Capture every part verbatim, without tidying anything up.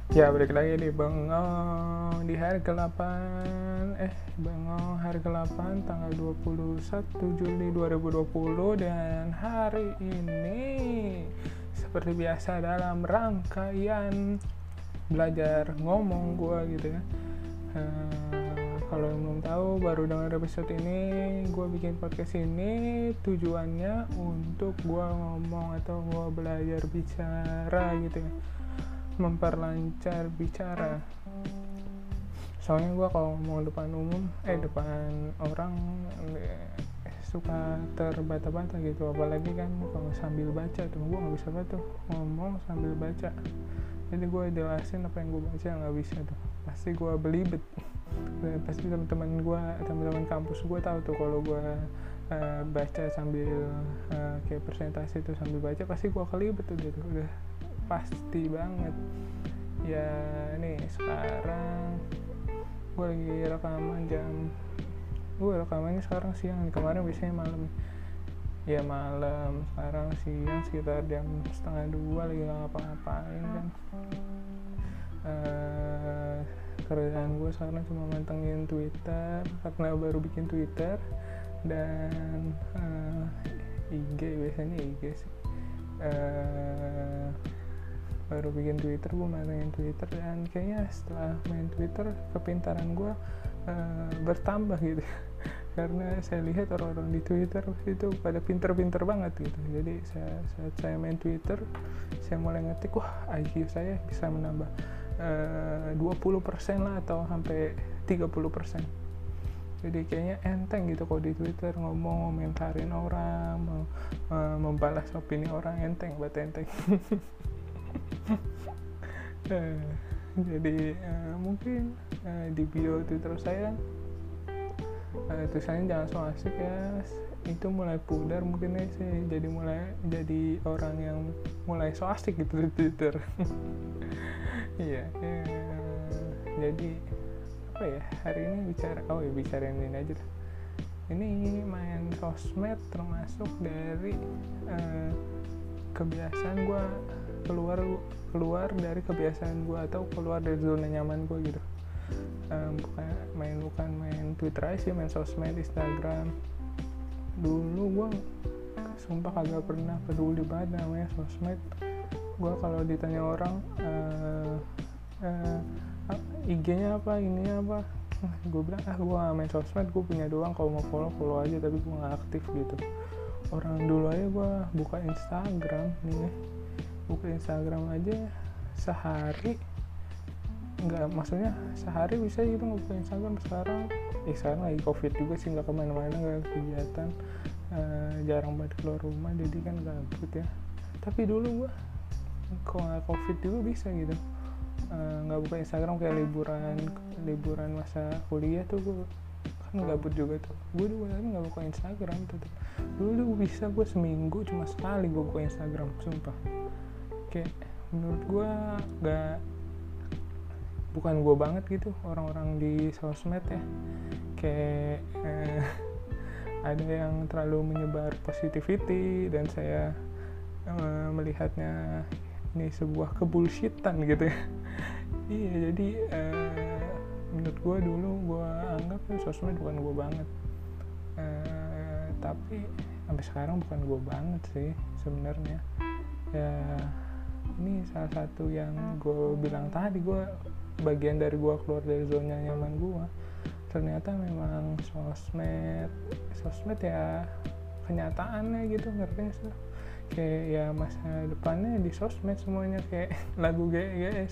Ya, balik lagi di Bengong di hari ke delapan eh Bengong hari ke delapan tanggal dua puluh satu Juli dua ribu dua puluh. Dan hari ini seperti biasa dalam rangkaian belajar ngomong gue gitu ya. Uh, kalau yang belum tahu baru dengar episode ini, gue bikin podcast ini tujuannya untuk gue ngomong atau gue belajar bicara gitu ya, memperlancar bicara. Soalnya gue kalau ngomong depan umum eh depan orang eh, suka terbata-bata gitu, apalagi kan kalau sambil baca tuh gue nggak bisa banget tuh ngomong sambil baca. Jadi gue jelasin apa yang gue baca nggak bisa tuh, pasti gue belibet. Dan pasti teman-teman gue, teman-teman kampus gue tahu tuh kalau gue uh, baca sambil uh, kayak presentasi tuh sambil baca, pasti gue kelibet tuh gitu, udah pasti banget. Ya nih sekarang gue lagi rekaman jam gue rekamannya sekarang siang, kemarin biasanya malam ya malam, sekarang siang sekitar jam setengah dua, lagi gak ngapa-ngapain kan. Uh, kerjaan gue sekarang cuma mantengin Twitter karena baru bikin Twitter dan uh, I G, biasanya I G sih. Uh, baru bikin Twitter, gue main Twitter, dan kayaknya setelah main Twitter kepintaran gue uh, bertambah gitu karena saya lihat orang-orang di Twitter itu pada pinter-pinter banget gitu. Jadi saya, saat saya main Twitter, saya mulai ngetik, wah I Q saya bisa menambah uh, dua puluh persen lah atau sampai tiga puluh persen. Jadi kayaknya enteng gitu kalau di Twitter ngomong, komentarin orang, uh, membalas opini orang, enteng banget, enteng. uh, jadi uh, mungkin uh, di bio Twitter saya uh, tulisannya jangan so asik ya, itu mulai pudar mungkin ya, sih jadi mulai jadi orang yang mulai so asik gitu di Twitter. Iya, uh, jadi apa ya hari ini bicara oh ya bicarain ini aja lah. Ini main sosmed termasuk dari uh, kebiasaan gue keluar keluar dari kebiasaan gue atau keluar dari zona nyaman gue gitu. Um, bukan main bukan main Twitter aja sih, main sosmed, Instagram. Dulu gue sumpah kagak pernah peduli banget namanya sosmed. Gue kalau ditanya orang uh, uh, I G-nya apa, ininya apa, gue bilang ah gue gak main sosmed, gue punya doang, kalau mau follow follow aja, tapi gue gak aktif gitu. Orang dulu aja gue buka Instagram nih, buka Instagram aja sehari nggak, maksudnya sehari bisa gitu ngebuka Instagram. Sekarang eh sekarang lagi covid juga sih, nggak kemana-mana, nggak kegiatan, uh, jarang banget keluar rumah, jadi kan gabut ya. Tapi dulu gue kalau nggak covid juga bisa gitu nggak uh, buka Instagram, kayak liburan liburan masa kuliah tuh gue kan gabut juga tuh, gue dulu kan nggak buka Instagram tuh, tuh. Dulu bisa gue seminggu cuma sekali gue buka Instagram, sumpah. Kayak menurut gue gak, bukan gue banget gitu orang-orang di sosmed ya, kayak eh, ada yang terlalu menyebar positivity dan saya eh, melihatnya ini sebuah kebullshitan gitu ya. Iya, jadi eh, menurut gue dulu gue anggap sosmed bukan gue banget, eh, tapi sampai sekarang bukan gue banget sih sebenarnya ya. Ini salah satu yang gue bilang tadi, gue bagian dari gue keluar dari zona nyaman gue. Ternyata memang sosmed sosmed ya kenyataannya gitu, ngerti sih, kayak ya masa depannya di sosmed semuanya, kayak lagu G G S,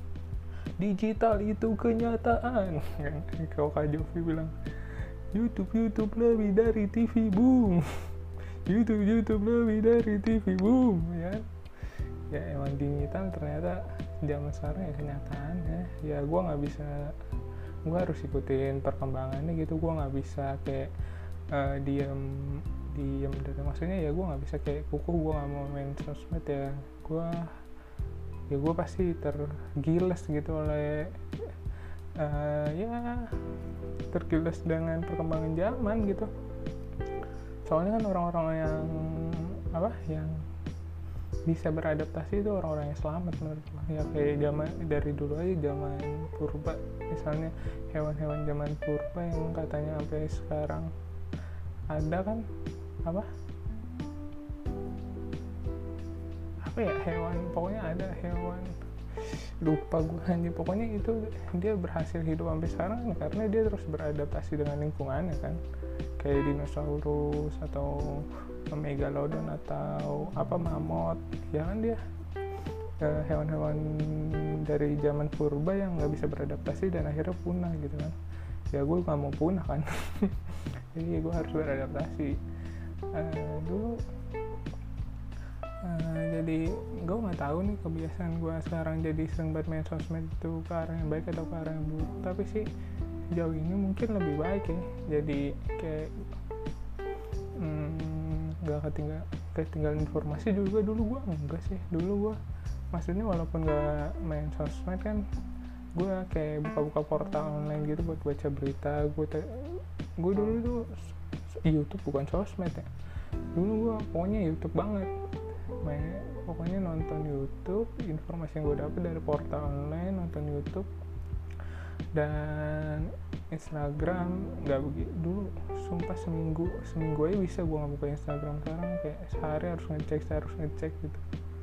digital itu kenyataan. Kalau Kak Jovi bilang YouTube YouTube lebih dari T V, boom. YouTube YouTube lebih dari T V, boom, ya. Ya emang digital ternyata zaman sekarang ya kenyataannya. Ya gue nggak bisa, gue harus ikutin perkembangannya gitu. Gue nggak bisa kayak uh, diem diem dari, maksudnya ya gue nggak bisa kayak kukuh gue nggak mau main sosmed ya. Gue ya gue pasti tergilas gitu oleh uh, ya tergilas dengan perkembangan zaman gitu. Soalnya kan orang-orang yang apa yang bisa beradaptasi itu orang-orang yang selamat menurut gue. Ya kayak zaman dari dulu aja, zaman purba misalnya, hewan-hewan zaman purba yang katanya sampai sekarang ada kan, apa apa ya hewan, pokoknya ada hewan, lupa gue anjir, pokoknya itu dia berhasil hidup sampai sekarang karena dia terus beradaptasi dengan lingkungannya kan, kayak dinosaurus atau megalodon atau apa mamut ya kan, dia eh, hewan-hewan dari zaman purba yang nggak bisa beradaptasi dan akhirnya punah gitu kan. Ya gue nggak mau punah kan jadi gue harus beradaptasi. Uh, dulu uh, jadi gue nggak tahu nih kebiasaan gue sekarang jadi sering banget main sosmed itu ke arah yang baik atau ke arah yang buruk, tapi sih sejauh ini mungkin lebih baik ya. Jadi kayak hmm, nggak ketinggal ketinggalan informasi. Juga dulu gue enggak sih, dulu gue maksudnya walaupun nggak main sosmed kan, gue kayak buka-buka portal online gitu buat baca berita. Gue te- gue dulu tuh YouTube bukan sosmed ya, dulu gue pokoknya YouTube banget, main pokoknya nonton YouTube, informasi yang gue dapet dari portal online, nonton YouTube dan Instagram. Nggak begitu dulu, sumpah seminggu seminggu aja bisa gue nggak buka Instagram. Sekarang kayak sehari harus ngecek harus ngecek gitu.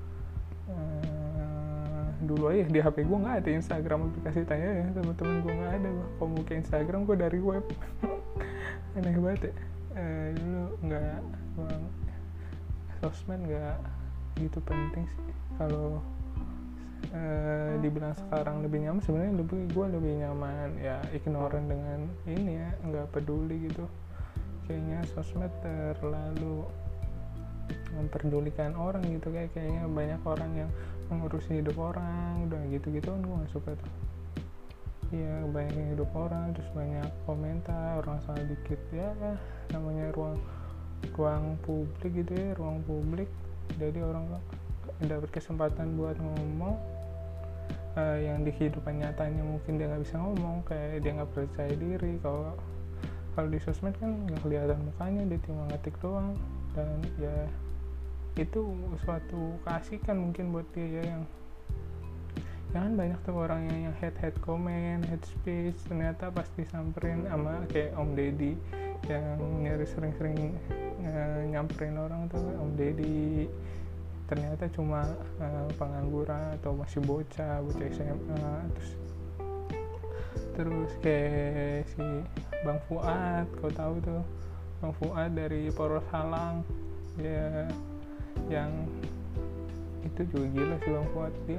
Uh, dulu aja di H P gue nggak ada Instagram, aplikasi tanya ya teman-teman gue nggak ada. Gue kalau buka Instagram gue dari web aneh banget ya. Uh, dulu nggak, sosmed nggak gitu penting sih. Kalau uh, dibilang sekarang lebih nyaman, sebenarnya lebih gue lebih nyaman ya ignorant dengan ini ya, nggak peduli gitu. Kayaknya sosmed terlalu memperdulikan orang gitu, kayak kayaknya banyak orang yang mengurusi hidup orang, udah gitu-gitu kan gue nggak suka tuh. Iya, banyak yang hidup orang, terus banyak komentar, orang salah dikit ya, namanya ruang ruang publik gitu ya, ruang publik. Jadi orang dapat kesempatan buat ngomong uh, yang di kehidupan nyatanya mungkin dia nggak bisa ngomong, kayak dia nggak percaya diri. Kalau kalau di sosmed kan nggak kelihatan mukanya, dia cuma ngetik doang, dan ya itu suatu keasikan mungkin buat dia ya, yang jangan banyak tuh orang yang, yang head head comment, head speech, ternyata pas disamperin sama kayak Om Deddy yang nyari sering-sering uh, nyamperin orang tuh, Om Deddy ternyata cuma uh, pengangguran atau masih bocah, bocah S M A. Terus terus kayak si Bang Fuad, kau tahu tuh Bang Fuad dari Poros Halang, dia yang itu juga gila sih Bang Fuad. Dia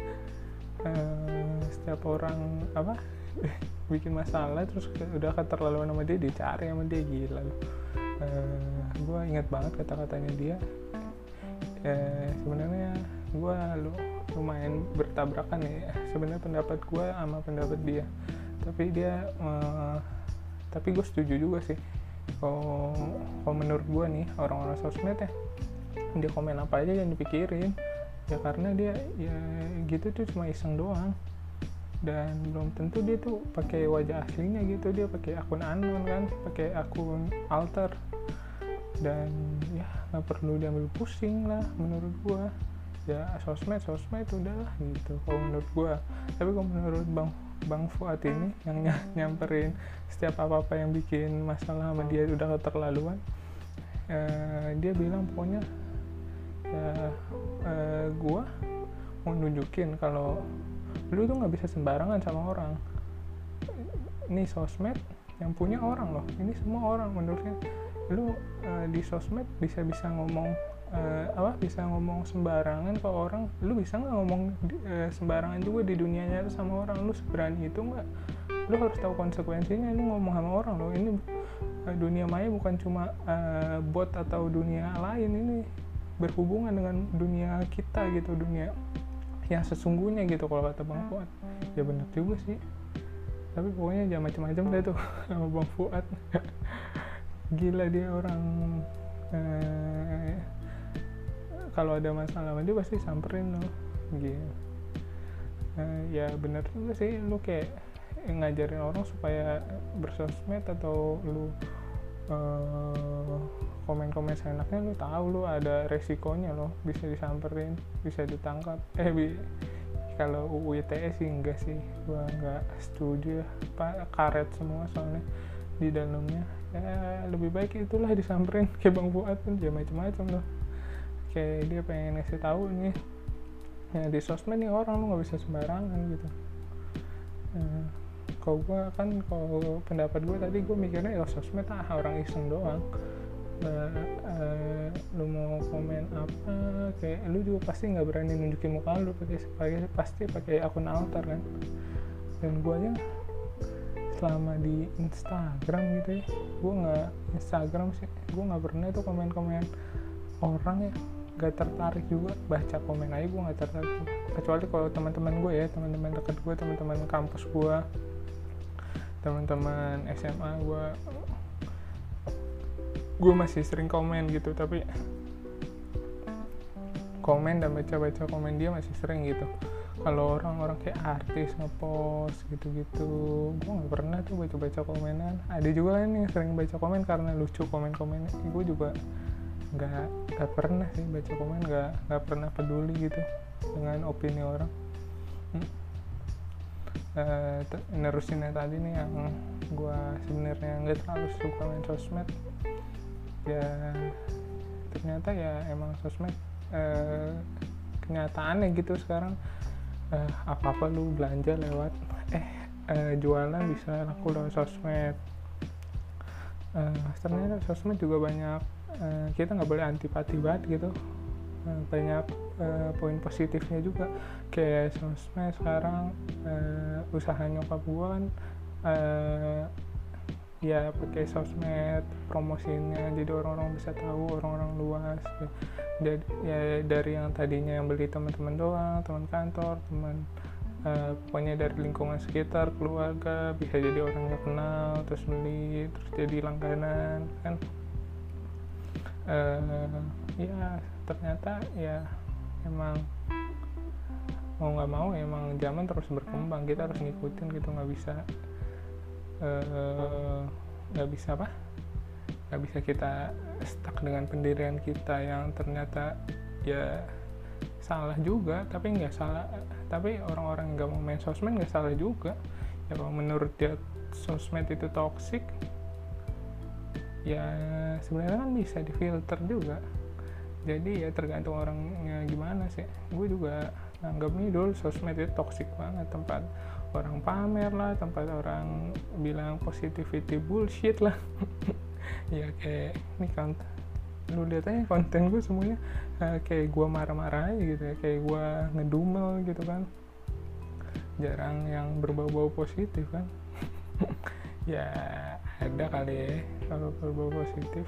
Uh, setiap orang apa bikin masalah terus udah keterlaluan sama dia, dicari sama dia, gila loh. Uh, gue ingat banget kata-katanya dia. Uh, sebenarnya gue lu, lumayan bertabrakan ya sebenarnya pendapat gue sama pendapat dia, tapi dia uh, tapi gue setuju juga sih. Kalau kalau menurut gue nih, orang-orang sosmed ya, dia komen apa aja jangan dipikirin ya, karena dia ya gitu tuh cuma iseng doang, dan belum tentu dia tuh pakai wajah aslinya gitu, dia pakai akun anon kan, pakai akun alter, dan ya nggak perlu diambil pusing lah menurut gua. Ya sosmed sosmed udahlah gitu kalau menurut gua. Tapi kalau menurut bang bang Fuad ini yang ny- nyamperin setiap apa apa yang bikin masalah sama dia udah keterlaluan, eh, dia bilang pokoknya ya uh, gue mau nunjukin kalau lu tuh nggak bisa sembarangan sama orang. Ini sosmed yang punya orang loh, ini semua orang. Menurutnya lu uh, di sosmed bisa bisa ngomong uh, apa bisa ngomong sembarangan ke orang, lu bisa nggak ngomong uh, sembarangan juga di dunia nyata sama orang? Lu seberani itu nggak? Lu harus tahu konsekuensinya lu ngomong sama orang loh. Ini uh, dunia maya bukan cuma uh, bot atau dunia lain, ini berhubungan dengan dunia kita gitu, dunia yang sesungguhnya gitu kalau kata Bang Fuad. Ya benar juga sih, tapi pokoknya jangan macam-macam deh tuh sama Bang Fuad. Gila dia orang, eh, kalau ada masalah sama dia pasti samperin loh gitu. Eh, ya benar juga sih, lu kayak ngajarin orang supaya bersosmed atau lu uh, komen-komen seenaknya, lu tahu lu ada resikonya loh, bisa disamperin, bisa ditangkap. Eh bi kalau U U I T E sih enggak sih, gua nggak setuju ya, pak karet semua soalnya di dalamnya. Ya lebih baik itulah disamperin. Kayak Bang Fuad kan dia macam-macam loh, kayak dia pengen ngasih tahu nih ya, di sosmed nih orang lu nggak bisa sembarangan gitu. Nah, kalau gue kan, kalau pendapat gue tadi gue mikirnya ya sosmed ah orang iseng doang. Nah, uh, lu mau komen apa, kayak lu juga pasti nggak berani nunjukin muka lu, pakai pakai pasti pakai akun alter kan. Dan gue aja selama di Instagram gitu ya, gue nggak Instagram sih, gue nggak pernah tuh komen-komen orang ya, nggak tertarik juga, baca komen aja gue nggak tertarik juga. Kecuali kalau teman-teman gue ya, teman-teman dekat gue, teman-teman kampus gue, teman-teman S M A gue, gue masih sering komen gitu. Tapi komen dan baca-baca komen dia masih sering gitu. Kalau orang-orang kayak artis ngepost gitu-gitu, gue nggak pernah tuh baca-baca komenan. Ada juga kan yang sering baca komen karena lucu komen-komennya, gue juga nggak nggak pernah sih baca komen, nggak nggak pernah peduli gitu dengan opini orang. hmm. Uh, t- nerusin yang tadi nih, yang gue sebenarnya nggak terlalu suka main sosmed ya, ternyata ya emang sosmed uh, kenyataannya gitu sekarang. Uh, apa-apa lu belanja lewat eh uh, jualan bisa laku lewat sosmed. Uh, ternyata sosmed juga banyak, uh, kita nggak boleh antipati banget gitu. Uh, banyak uh, poin positifnya juga, kayak sosmed sekarang. Uh, usaha nyokap gua kan uh, ya pakai sosmed promosinya, jadi orang-orang bisa tahu, orang-orang luas ya. Jadi ya dari yang tadinya yang beli teman-teman doang, teman kantor, teman uh, pokoknya dari lingkungan sekitar, keluarga, bisa jadi orang yang kenal terus beli, terus jadi langganan kan. Uh, ya ternyata ya emang mau nggak mau emang zaman terus berkembang, kita harus ngikutin gitu, nggak bisa nggak uh, bisa apa nggak bisa kita stuck dengan pendirian kita yang ternyata ya salah juga. Tapi nggak salah, tapi orang-orang nggak mau main sosmed nggak salah juga ya. Kalau menurut dia sosmed itu toxic ya, sebenarnya kan bisa difilter juga. Jadi ya tergantung orangnya gimana sih. Gue juga anggapnya dulu sosmed itu toxic banget, tempat orang pamer lah, tempat orang bilang positivity bullshit lah. Ya kayak ini kan, lu lihat aja konten gue semuanya uh, kayak gue marah-marah aja gitu ya, kayak gue ngedumel gitu kan, jarang yang berbau-bau positif kan. Ya ada kali ya kalau berbau positif,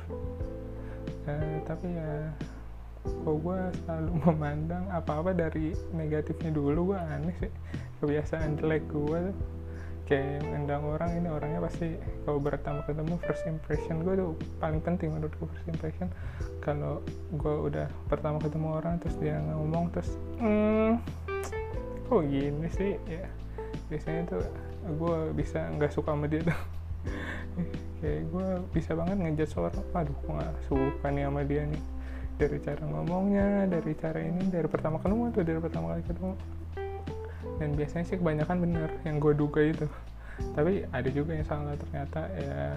uh, tapi ya kok gue selalu memandang apa-apa dari negatifnya dulu. Gue aneh sih, kebiasaan jelek gue tuh kayak mandang orang, ini orangnya pasti kalau pertama ketemu first impression gue tuh paling penting menurut gue. First impression, kalau gue udah pertama ketemu orang terus dia ngomong terus hmm, kok gini sih ya, biasanya tuh gue bisa nggak suka sama dia tuh. Kayak gue bisa banget ngejudge orang, aduh gue nggak suka nih sama dia nih, dari cara ngomongnya, dari cara ini, dari pertama ketemu atau dari pertama kali ketemu. Dan biasanya sih kebanyakan bener yang gue duga itu, tapi ada juga yang salah ternyata ya.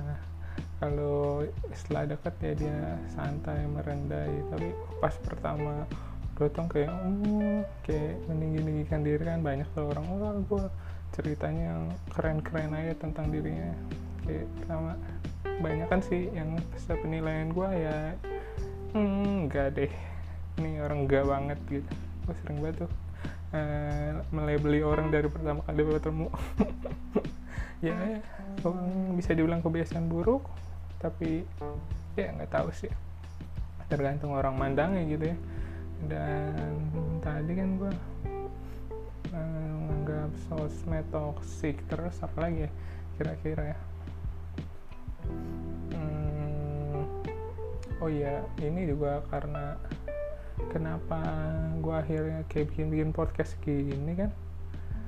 Kalau setelah dekat ya dia santai merendah, tapi pas pertama datang kayak oh, kayak meninggi-ninggikan diri kan. Banyak tuh orang, oh gue ceritanya yang keren-keren aja tentang dirinya. Kayak pertama banyak kan sih yang penilaian gue ya hmm, enggak deh, ini orang enggak banget gitu. Gue sering banget tuh Uh, melabeli orang dari pertama kali ketemu. Ya, ya bisa dibilang kebiasaan buruk, tapi ya nggak tahu sih, tergantung orang mandangnya gitu ya. Dan tadi kan gue uh, menganggap sosmed toxic, terus apa lagi ya kira-kira ya. hmm, oh iya, ini juga karena kenapa gue akhirnya kayak bikin-bikin podcast gini kan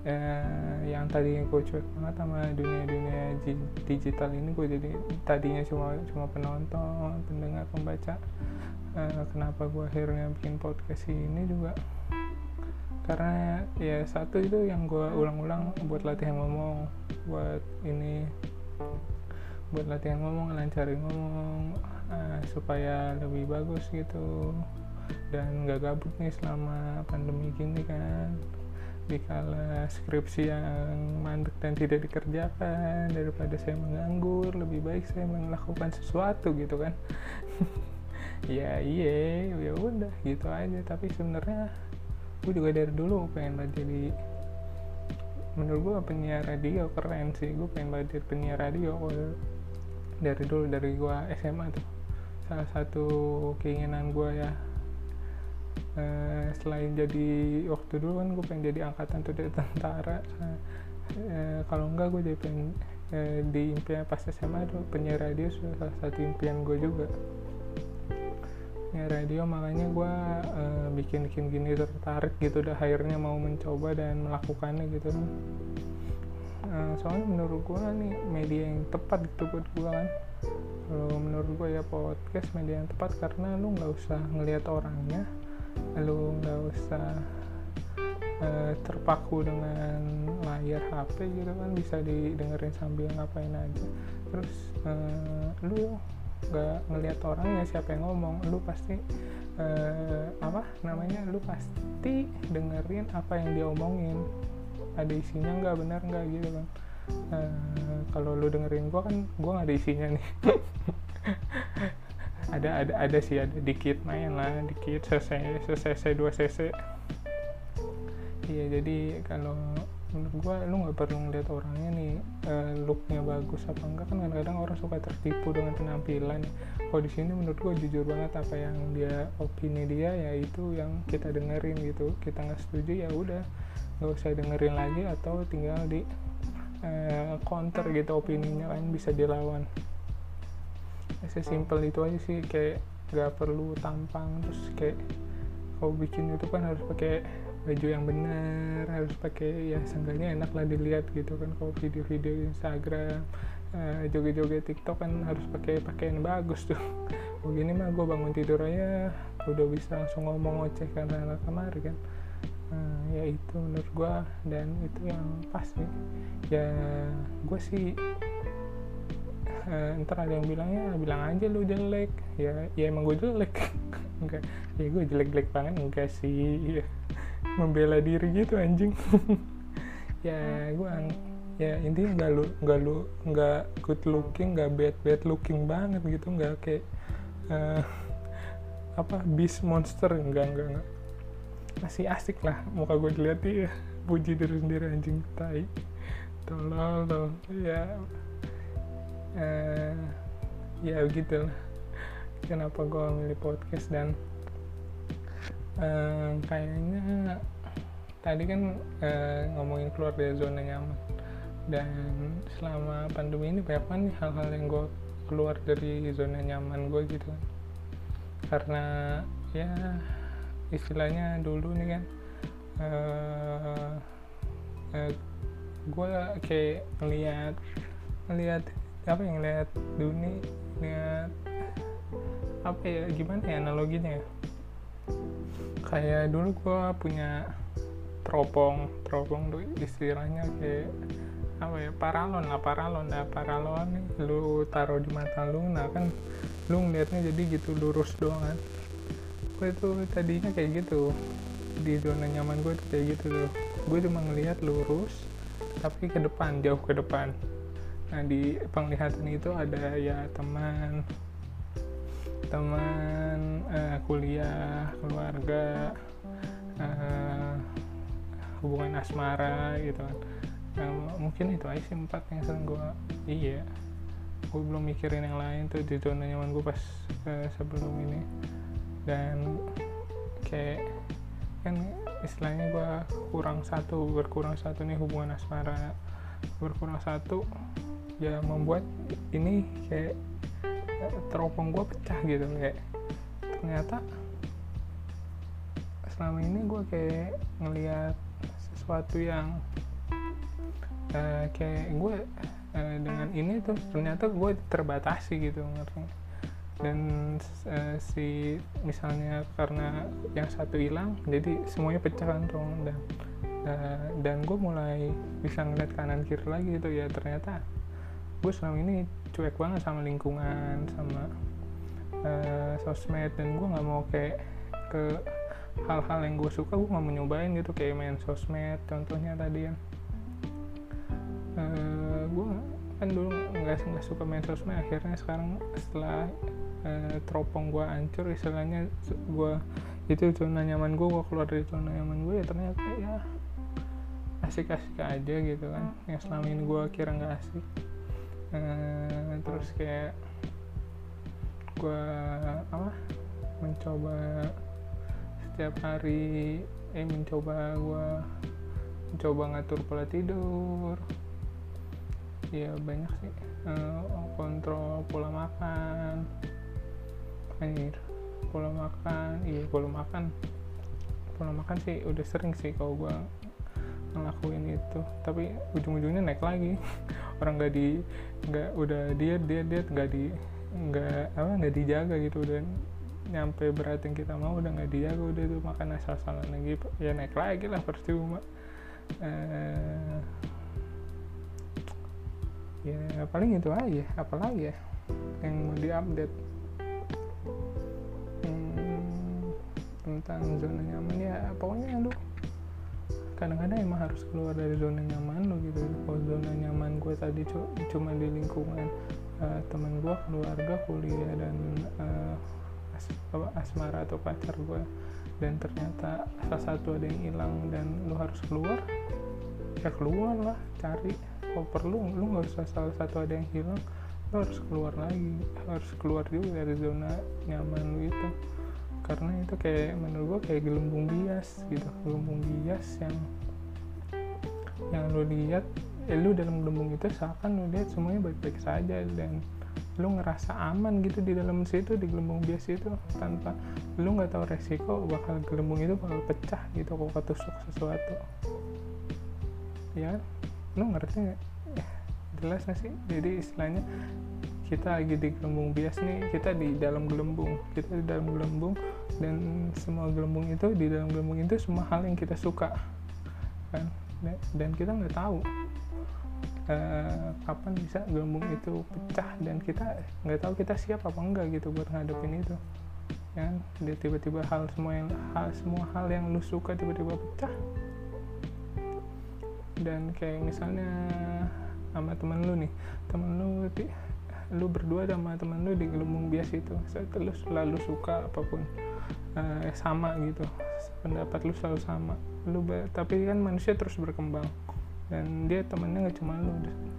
eh, yang tadinya gue cuek banget sama dunia-dunia digital ini, gue jadi tadinya cuma cuma penonton, pendengar, pembaca. eh, kenapa gue akhirnya bikin podcast ini juga karena ya satu itu yang gue ulang-ulang buat latihan ngomong, buat ini buat latihan ngomong, lancarin ngomong uh, supaya lebih bagus gitu, dan gak gabut nih selama pandemi gini kan, dikala skripsi yang mandek dan tidak dikerjakan. Daripada saya menganggur, lebih baik saya melakukan sesuatu gitu kan. ya iya ya udah gitu aja. Tapi sebenarnya gue juga dari dulu pengen banget jadi, menurut gue penyiar radio keren sih. Gue pengen banget jadi penyiar radio dari dulu, dari gue S M A tuh. Salah satu keinginan gue ya, uh, selain jadi, waktu dulu kan gue pengen jadi angkatan tuh, dari tentara. uh, uh, kalau enggak gue jadi pengen uh, di impian pas S M A tuh penyiar radio, salah satu impian gue juga penyiar radio. Makanya gue uh, bikin-bikin gini tertarik gitu, udah akhirnya mau mencoba dan melakukannya gitu. Uh, soalnya menurut gue nih media yang tepat gitu buat gue kan. Kalau menurut gue ya podcast media yang tepat, karena lu nggak usah ngelihat orangnya, lu nggak usah uh, terpaku dengan layar H P gitu kan, bisa didengerin sambil ngapain aja. Terus uh, lu nggak ngelihat orangnya, siapa yang ngomong, lu pasti uh, apa namanya lu pasti dengerin apa yang dia omongin, ada isinya nggak, benar nggak gitu kan. Uh, kalau lu dengerin gua kan, gua nggak ada isinya nih. ada ada ada sih, ada dikit main lah, dikit selesai selesai dua cc. Iya, jadi kalau menurut gua lu nggak perlu ngeliat orangnya nih, uh, looknya bagus apa enggak kan. Kadang-kadang orang suka tertipu dengan penampilan. Kalau di sini menurut gua jujur banget, apa yang dia, opini dia ya itu yang kita dengerin gitu. Kita nggak setuju ya udah, nggak usah dengerin lagi, atau tinggal di uh, counter gitu opininya kan, bisa dilawan. Ya, sesimpel itu aja sih, kayak nggak perlu tampang. Terus kayak kalau bikin itu kan harus pakai baju yang benar, harus pakai ya seenggaknya enak lah dilihat gitu kan. Kalau video-video Instagram, uh, joget-joget TikTok kan harus pakai pakaian bagus tuh. Begini mah gue bangun tidur aja udah bisa langsung ngomong ngoceh karena kamar kan. Nah, ya itu menurut gue, dan itu yang pas nih. Ya gue sih uh, ntar ada yang bilang ya bilang aja lu jelek, ya ya emang gue jelek. Enggak, ya gue jelek-jelek banget enggak sih, ya membela diri gitu anjing. ya gue ya intinya nggak lu nggak lu nggak good looking, nggak bad bad looking banget gitu, nggak kayak uh, apa beast monster, enggak enggak enggak masih asik lah muka gue dilihat ya. Puji diri sendiri anjing, tai tolol tolol ya. Uh, ya begitu lah kenapa gue milih podcast. Dan uh, kayaknya tadi kan uh, ngomongin keluar dari zona nyaman, dan selama pandemi ini banyak banget nih hal-hal yang gue keluar dari zona nyaman gue gitu kan. Karena ya istilahnya dulu nih kan uh, uh, gue kayak ngeliat ngeliat apa yang ngeliat dunia, ngeliat apa ya, gimana ya analoginya ya, kayak dulu gue punya teropong teropong tuh istilahnya kayak apa ya, paralon lah paralon lah paralon nih lu taruh di mata lu, nah kan lu ngeliatnya jadi gitu lurus doang kan. Gue tuh tadinya kayak gitu di zona nyaman gue tuh kayak gitu tuh, gue cuma ngeliat lurus tapi ke depan, jauh ke depan. Nah di penglihatan itu ada ya teman teman uh, kuliah, keluarga, uh, hubungan asmara gitu kan. Nah, mungkin itu aja sih empat yang sering gue iya gue belum mikirin yang lain tuh di zona nyaman gue pas uh, sebelum ini. Dan kayak kan istilahnya gue kurang satu berkurang satu nih, hubungan asmara berkurang satu ya, membuat ini kayak teropong gue pecah gitu. Kayak ternyata selama ini gue kayak ngelihat sesuatu yang uh, kayak gue uh, dengan ini tuh ternyata gue terbatasi gitu, ngerti. Dan uh, si misalnya karena yang satu hilang jadi semuanya pecah kan tuh, dan uh, dan gue mulai bisa ngeliat kanan kiri lagi gitu ya, ternyata gue selama ini cuek banget sama lingkungan, sama uh, sosmed, dan gue nggak mau kayak ke hal-hal yang gue suka, gue nggak mau nyobain gitu, kayak main sosmed contohnya tadi ya. uh, gue kan dulu nggak nggak suka main sosmed, akhirnya sekarang setelah uh, teropong gue hancur istilahnya, gue itu zona nyaman gue, gue keluar dari zona nyaman gue, ya ternyata ya asik-asik aja gitu kan, yang selama ini gue kira nggak asik. uh, terus kayak gue apa mencoba setiap hari eh mencoba gue mencoba ngatur pola tidur ya, banyak sih, uh, kontrol pola makan, anjir pola makan iya pola makan pola makan sih udah sering sih kalau gue ngelakuin itu, tapi ujung-ujungnya naik lagi. Orang nggak di nggak udah diet diet diet nggak di nggak apa nggak dijaga gitu, udah nyampe berat yang kita mau udah nggak dijaga, udah tuh makan asal-asalan lagi ya, naik lagi lah percuma. Uh, ya paling itu aja, apalagi ya yang mau diupdate hmm, tentang zona nyaman ya, pokoknya aduh kadang-kadang emang harus keluar dari zona nyaman lo gitu. Kalau zona nyaman gue tadi cu- cuma di lingkungan uh, teman gue, keluarga, kuliah, dan uh, as- asmara atau pacar gue, dan ternyata salah satu ada yang hilang dan lo harus keluar, ya keluar lah, cari. Kalau perlu lo nggak usah salah satu ada yang hilang, lo harus keluar lagi, harus keluar juga dari zona nyaman lo itu. Karena itu kayak menurut gue kayak gelembung bias gitu, gelembung bias yang yang lu lihat, eh, lu dalam gelembung itu seakan lu lihat semuanya baik-baik saja, dan lu ngerasa aman gitu di dalam situ, di gelembung bias itu, tanpa lu nggak tahu resiko bakal gelembung itu bakal pecah gitu kalau ketusuk sesuatu, ya lu ngerti nggak? Ya, jelas nggak sih? Jadi istilahnya kita lagi di gelembung bias nih, kita di dalam gelembung, kita di dalam gelembung, dan semua gelembung itu, di dalam gelembung itu semua hal yang kita suka kan, dan kita nggak tahu uh, kapan bisa gelembung itu pecah, dan kita nggak tahu kita siap apa enggak gitu buat ngadepin itu kan. Dia tiba-tiba hal semua yang hal semua hal yang lu suka tiba-tiba pecah, dan kayak misalnya sama temen lu nih, temen lu di lu berdua sama teman lu di gelembung bias itu, lu selalu suka apapun, uh, sama gitu, pendapat lu selalu sama, lu ber- tapi kan manusia terus berkembang, dan dia temannya nggak cuma lu,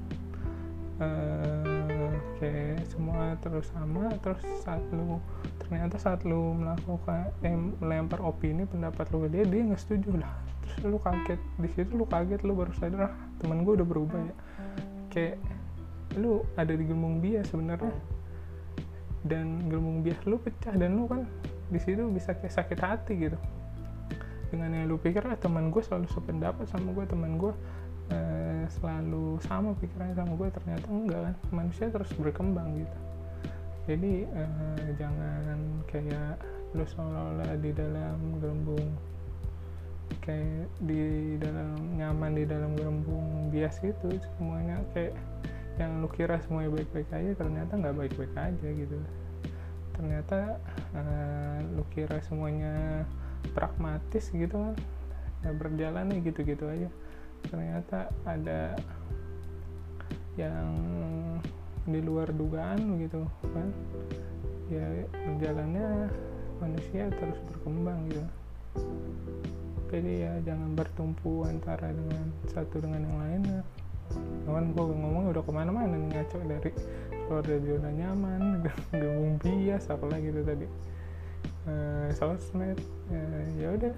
uh, kayak semua terus sama. Terus saat lu ternyata saat lu melakukan eh, melempar opini pendapat lu ke dia, dia nggak setuju lah, terus lu kaget di situ, lu kaget, lu baru sadar, ah teman gue udah berubah ya, kayak lu ada di gelembung bias sebenarnya, dan gelembung bias lu pecah, dan lu kan di situ bisa kayak sakit hati gitu dengan yang lu pikir, ah teman gue selalu sependapat sama gue, teman gue eh, selalu sama pikirannya sama gue, ternyata enggak kan, manusia terus berkembang gitu. Jadi eh, jangan kayak lu seolah-olah di dalam gelembung, kayak di dalam nyaman di dalam gelembung bias itu, semuanya kayak yang lu kira semuanya baik-baik aja, ternyata nggak baik-baik aja gitu. Ternyata uh, lu kira semuanya pragmatis gitu kan, ya berjalannya gitu-gitu aja, ternyata ada yang di luar dugaan gitu kan. Ya berjalannya manusia terus berkembang gitu. Jadi ya jangan bertumpu antara dengan satu dengan yang lainnya. Kan gue ngomong udah kemana-mana nih, ngaco dari keluar dari zona nyaman, gelembung bias, apalagi itu tadi uh, sosmed, uh, ya udah,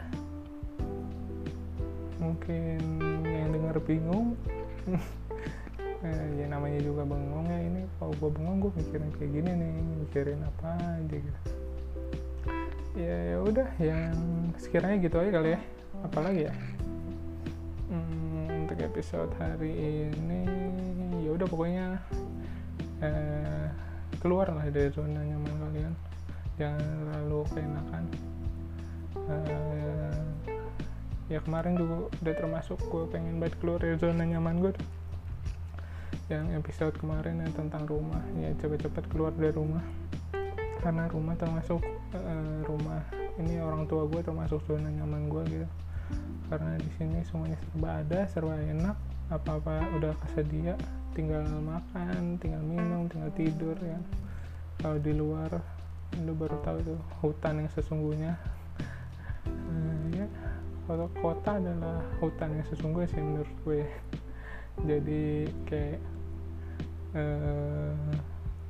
mungkin yang dengar bingung, uh, ya namanya juga bengong ya ini. Kalau gue bengong, gue mikirin kayak gini nih, mikirin apa aja gitu. Ya ya udah, yang sekiranya gitu aja kali ya. Apalagi ya. Hmm, untuk episode hari ini ya udah pokoknya eh, keluarlah dari zona nyaman kalian, jangan terlalu keenakan. eh, ya kemarin juga udah termasuk gue pengen banget keluar dari zona nyaman gue tuh, yang episode kemarin yang tentang rumah. Ya cepet-cepet keluar dari rumah, karena rumah termasuk uh, rumah ini orang tua gue termasuk zona nyaman gue gitu, karena di sini semuanya serba ada, serba enak, apa-apa udah kesedia, tinggal makan, tinggal minum, tinggal tidur ya. Kalau di luar lu baru tahu tuh hutan yang sesungguhnya. uh, ya kalau kota adalah hutan yang sesungguhnya sih menurut gue. Jadi kayak uh,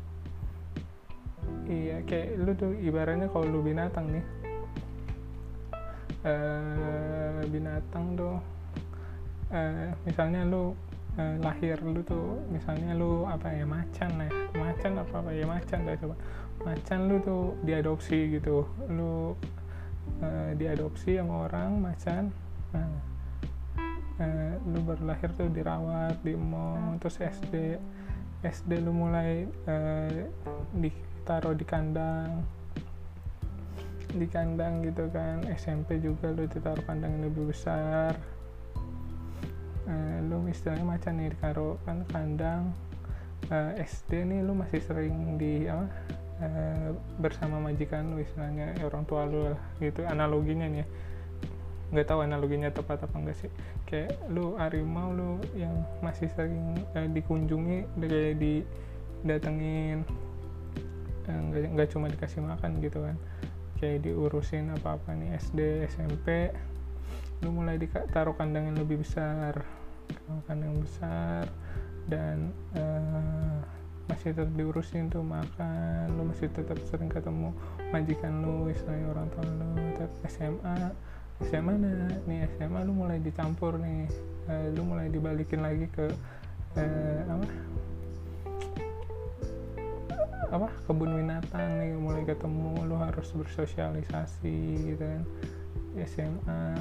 iya kayak lu tuh ibaratnya kalau lu binatang nih, uh, binatang tuh uh, misalnya lu uh, lahir lu tuh misalnya lu apa ya macan lah ya, macan apa apa ya macan dah coba macan lu tuh diadopsi gitu, lu uh, diadopsi sama orang macan. Nah uh, lu baru lahir tuh dirawat di mall, terus S D S D lu mulai uh, ditaruh di kandang di kandang gitu kan. S M P juga lu ditaruh kandang yang lebih besar. uh, lu istilahnya macan nih ditaruh kan kandang. uh, S D nih lu masih sering di apa uh, bersama majikan lu, istilahnya orang tua lu lah gitu analoginya nih ya. Nggak tahu analoginya tepat apa enggak sih, kayak lu harimau lu yang masih sering uh, dikunjungi, kayak didatengin, nggak uh, nggak cuma dikasih makan gitu kan, kayak diurusin apa-apa nih. S D S M P lu mulai ditaruh kandang yang lebih besar, kandang yang besar, dan uh, masih tetap diurusin tuh makan, lu masih tetap sering ketemu majikan lu, istilahnya orang tua lu. S M A S M A nah, nih S M A lu mulai dicampur nih, uh, lu mulai dibalikin lagi ke uh, apa apa kebun binatang nih, mulai ketemu, lu harus bersosialisasi gitu kan. Di S M A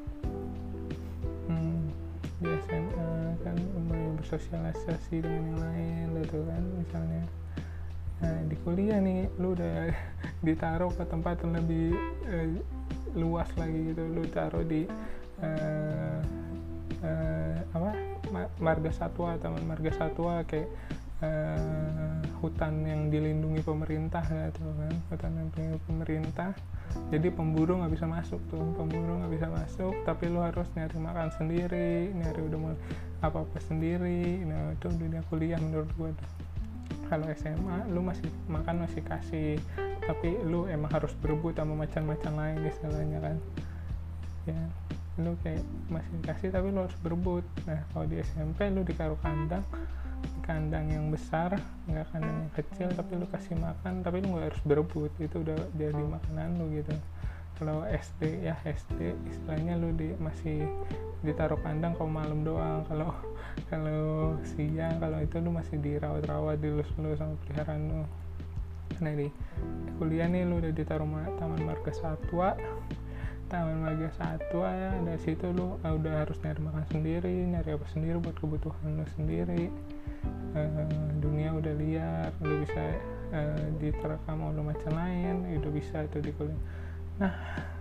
hmm, di S M A kan mulai bersosialisasi dengan yang lain gitu kan misalnya. Nah di kuliah nih lu udah ditaruh ke tempat yang lebih uh, luas lagi gitu, lu taruh di uh, uh, apa marga satwa, taman marga satwa, kayak uh, hutan yang dilindungi pemerintah gitu kan, hutan yang dilindungi pemerintah. Jadi pemburu nggak bisa masuk tuh, pemburu nggak bisa masuk, tapi lu harus nyari makan sendiri, nyari udah mulai apa apa sendiri. Nah itu dunia kuliah menurut gue tuh. Kalau S M A lu masih makan masih kasih, tapi lu emang harus berebut sama macan-macan lain istilahnya kan ya. Lu kayak masih kasih tapi lu harus berebut. Nah kalau di S M P lu ditaruh kandang, kandang yang besar, nggak kandang yang kecil, tapi lu kasih makan, tapi lu nggak harus berebut, itu udah jadi makanan lu gitu. Kalau S D ya S D istilahnya lu di, masih ditaruh kandang kalau malam doang, kalau kalau siang kalau itu lu masih dirawat-rawat, dilus-lus sama peliharaan lu. Nah di kuliah nih lu udah ditaruh taman marga satwa, taman marga satwa ya, dari situ lu uh, udah harus nyari makan sendiri, nyari apa sendiri buat kebutuhan lu sendiri. Uh, dunia udah liar, lu bisa uh, diterkam oleh macam lain, udah bisa itu di kuliah. Nah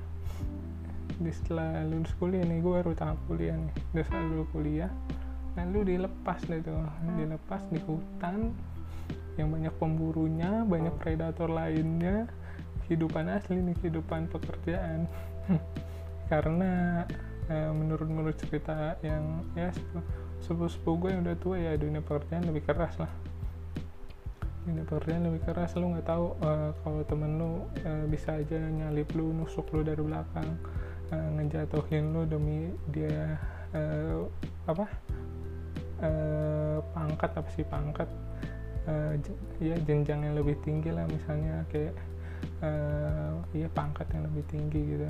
di setelah lulus kuliah nih, gue baru tahap kuliah nih, udah setelah lulus kuliah, nah lu dilepas deh tuh, dilepas di hutan yang banyak pemburunya, banyak predator lainnya, kehidupan asli nih, kehidupan pekerjaan. Karena eh, menurut menurut cerita yang ya sepupu-sepupu gue yang udah tua ya, dunia pekerjaan lebih keras lah, dunia pekerjaan lebih keras. Lu nggak tahu uh, kalau temen lu uh, bisa aja nyalip lu, nusuk lu dari belakang, uh, ngejatuhin lu demi dia uh, apa uh, pangkat apa sih pangkat uh, j- ya jenjang yang lebih tinggi lah, misalnya kayak uh, ya pangkat yang lebih tinggi gitu.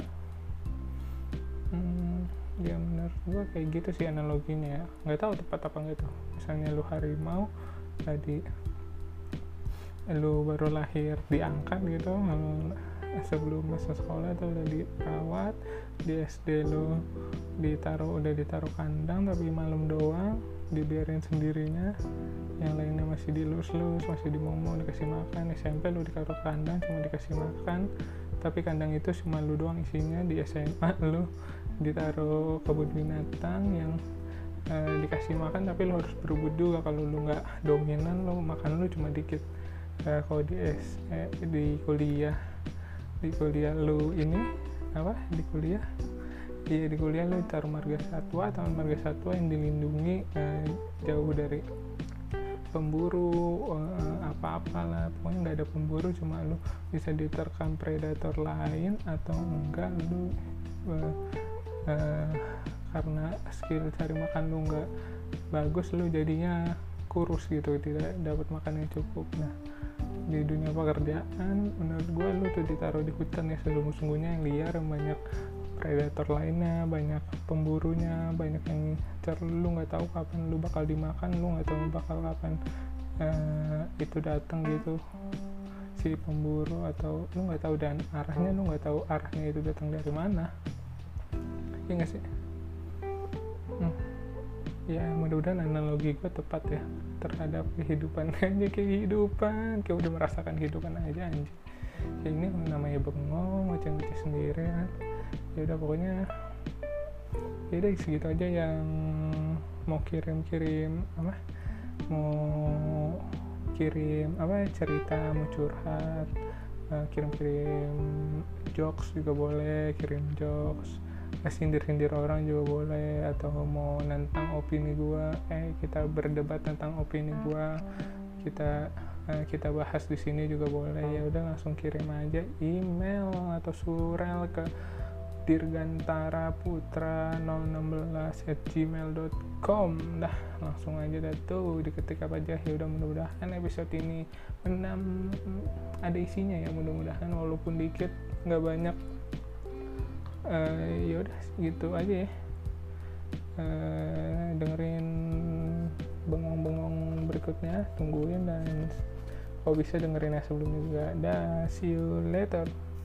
Hmm, ya menurut gua kayak gitu sih analoginya ya, nggak tahu tepat apa nggak tuh. Misalnya lu harimau tadi, lu baru lahir diangkat gitu, sebelum masa sekolah tuh udah dirawat. Di S D lo ditaruh udah ditaruh kandang tapi malam doang dibiarin sendirinya, yang lainnya masih dilus-lus, masih dimomong, dikasih makan. S M P lu ditaruh kandang cuma dikasih makan, tapi kandang itu cuma lu doang isinya. Di S M A lu ditaruh kebun binatang yang uh, dikasih makan tapi lu harus berebut juga. Kalau lu nggak dominan, lu makan lu cuma dikit. Uh, kalau di S eh, di kuliah di kuliah lu ini apa di kuliah Iya di kuliah lu taruh marga satwa, taman marga satwa yang dilindungi eh, jauh dari pemburu eh, apa-apalah, pokoknya nggak ada pemburu, cuma lu bisa diterkam predator lain atau enggak lu eh, eh, karena skill cari makan lu nggak bagus, lu jadinya kurus gitu, tidak dapat makan yang cukup. Nah di dunia pekerjaan menurut gue lu tuh ditaruh di hutan ya sesungguh-sungguhnya yang liar, yang banyak predator lainnya, banyak pemburunya, banyak yang ngincer lu, nggak tahu kapan lu bakal dimakan, lu nggak tahu bakal kapan uh, itu datang gitu si pemburu, atau lu nggak tahu dan arahnya, lu nggak tahu arahnya itu datang dari mana, ya nggak sih? Hmm. Ya mudah-mudahan analogi gue tepat ya terhadap kehidupan aja, kehidupan kayak udah merasakan kehidupan aja anjing. Ya ini namanya bengong, ngoceh-ngoceh sendirian. Ya udah pokoknya ya udah segitu aja yang mau kirim-kirim apa mau kirim apa cerita, mau curhat, uh, kirim-kirim jokes juga boleh, kirim jokes, sindir-sindir orang juga boleh, atau mau nantang opini gua, eh kita berdebat tentang opini gua, kita uh, kita bahas di sini juga boleh. Ya udah langsung kirim aja email atau surel ke dirgantaraputra nol satu enam at gmail dot com. Dah langsung aja dah tuh diketik apa aja. Ya udah mudah-mudahan episode ini menam ada isinya ya, mudah-mudahan walaupun dikit, nggak banyak. Uh, ya udah gitu aja ya. Uh, dengerin bengong-bengong berikutnya, tungguin, dan kalau bisa dengerin yang sebelumnya juga. Dah, see you later.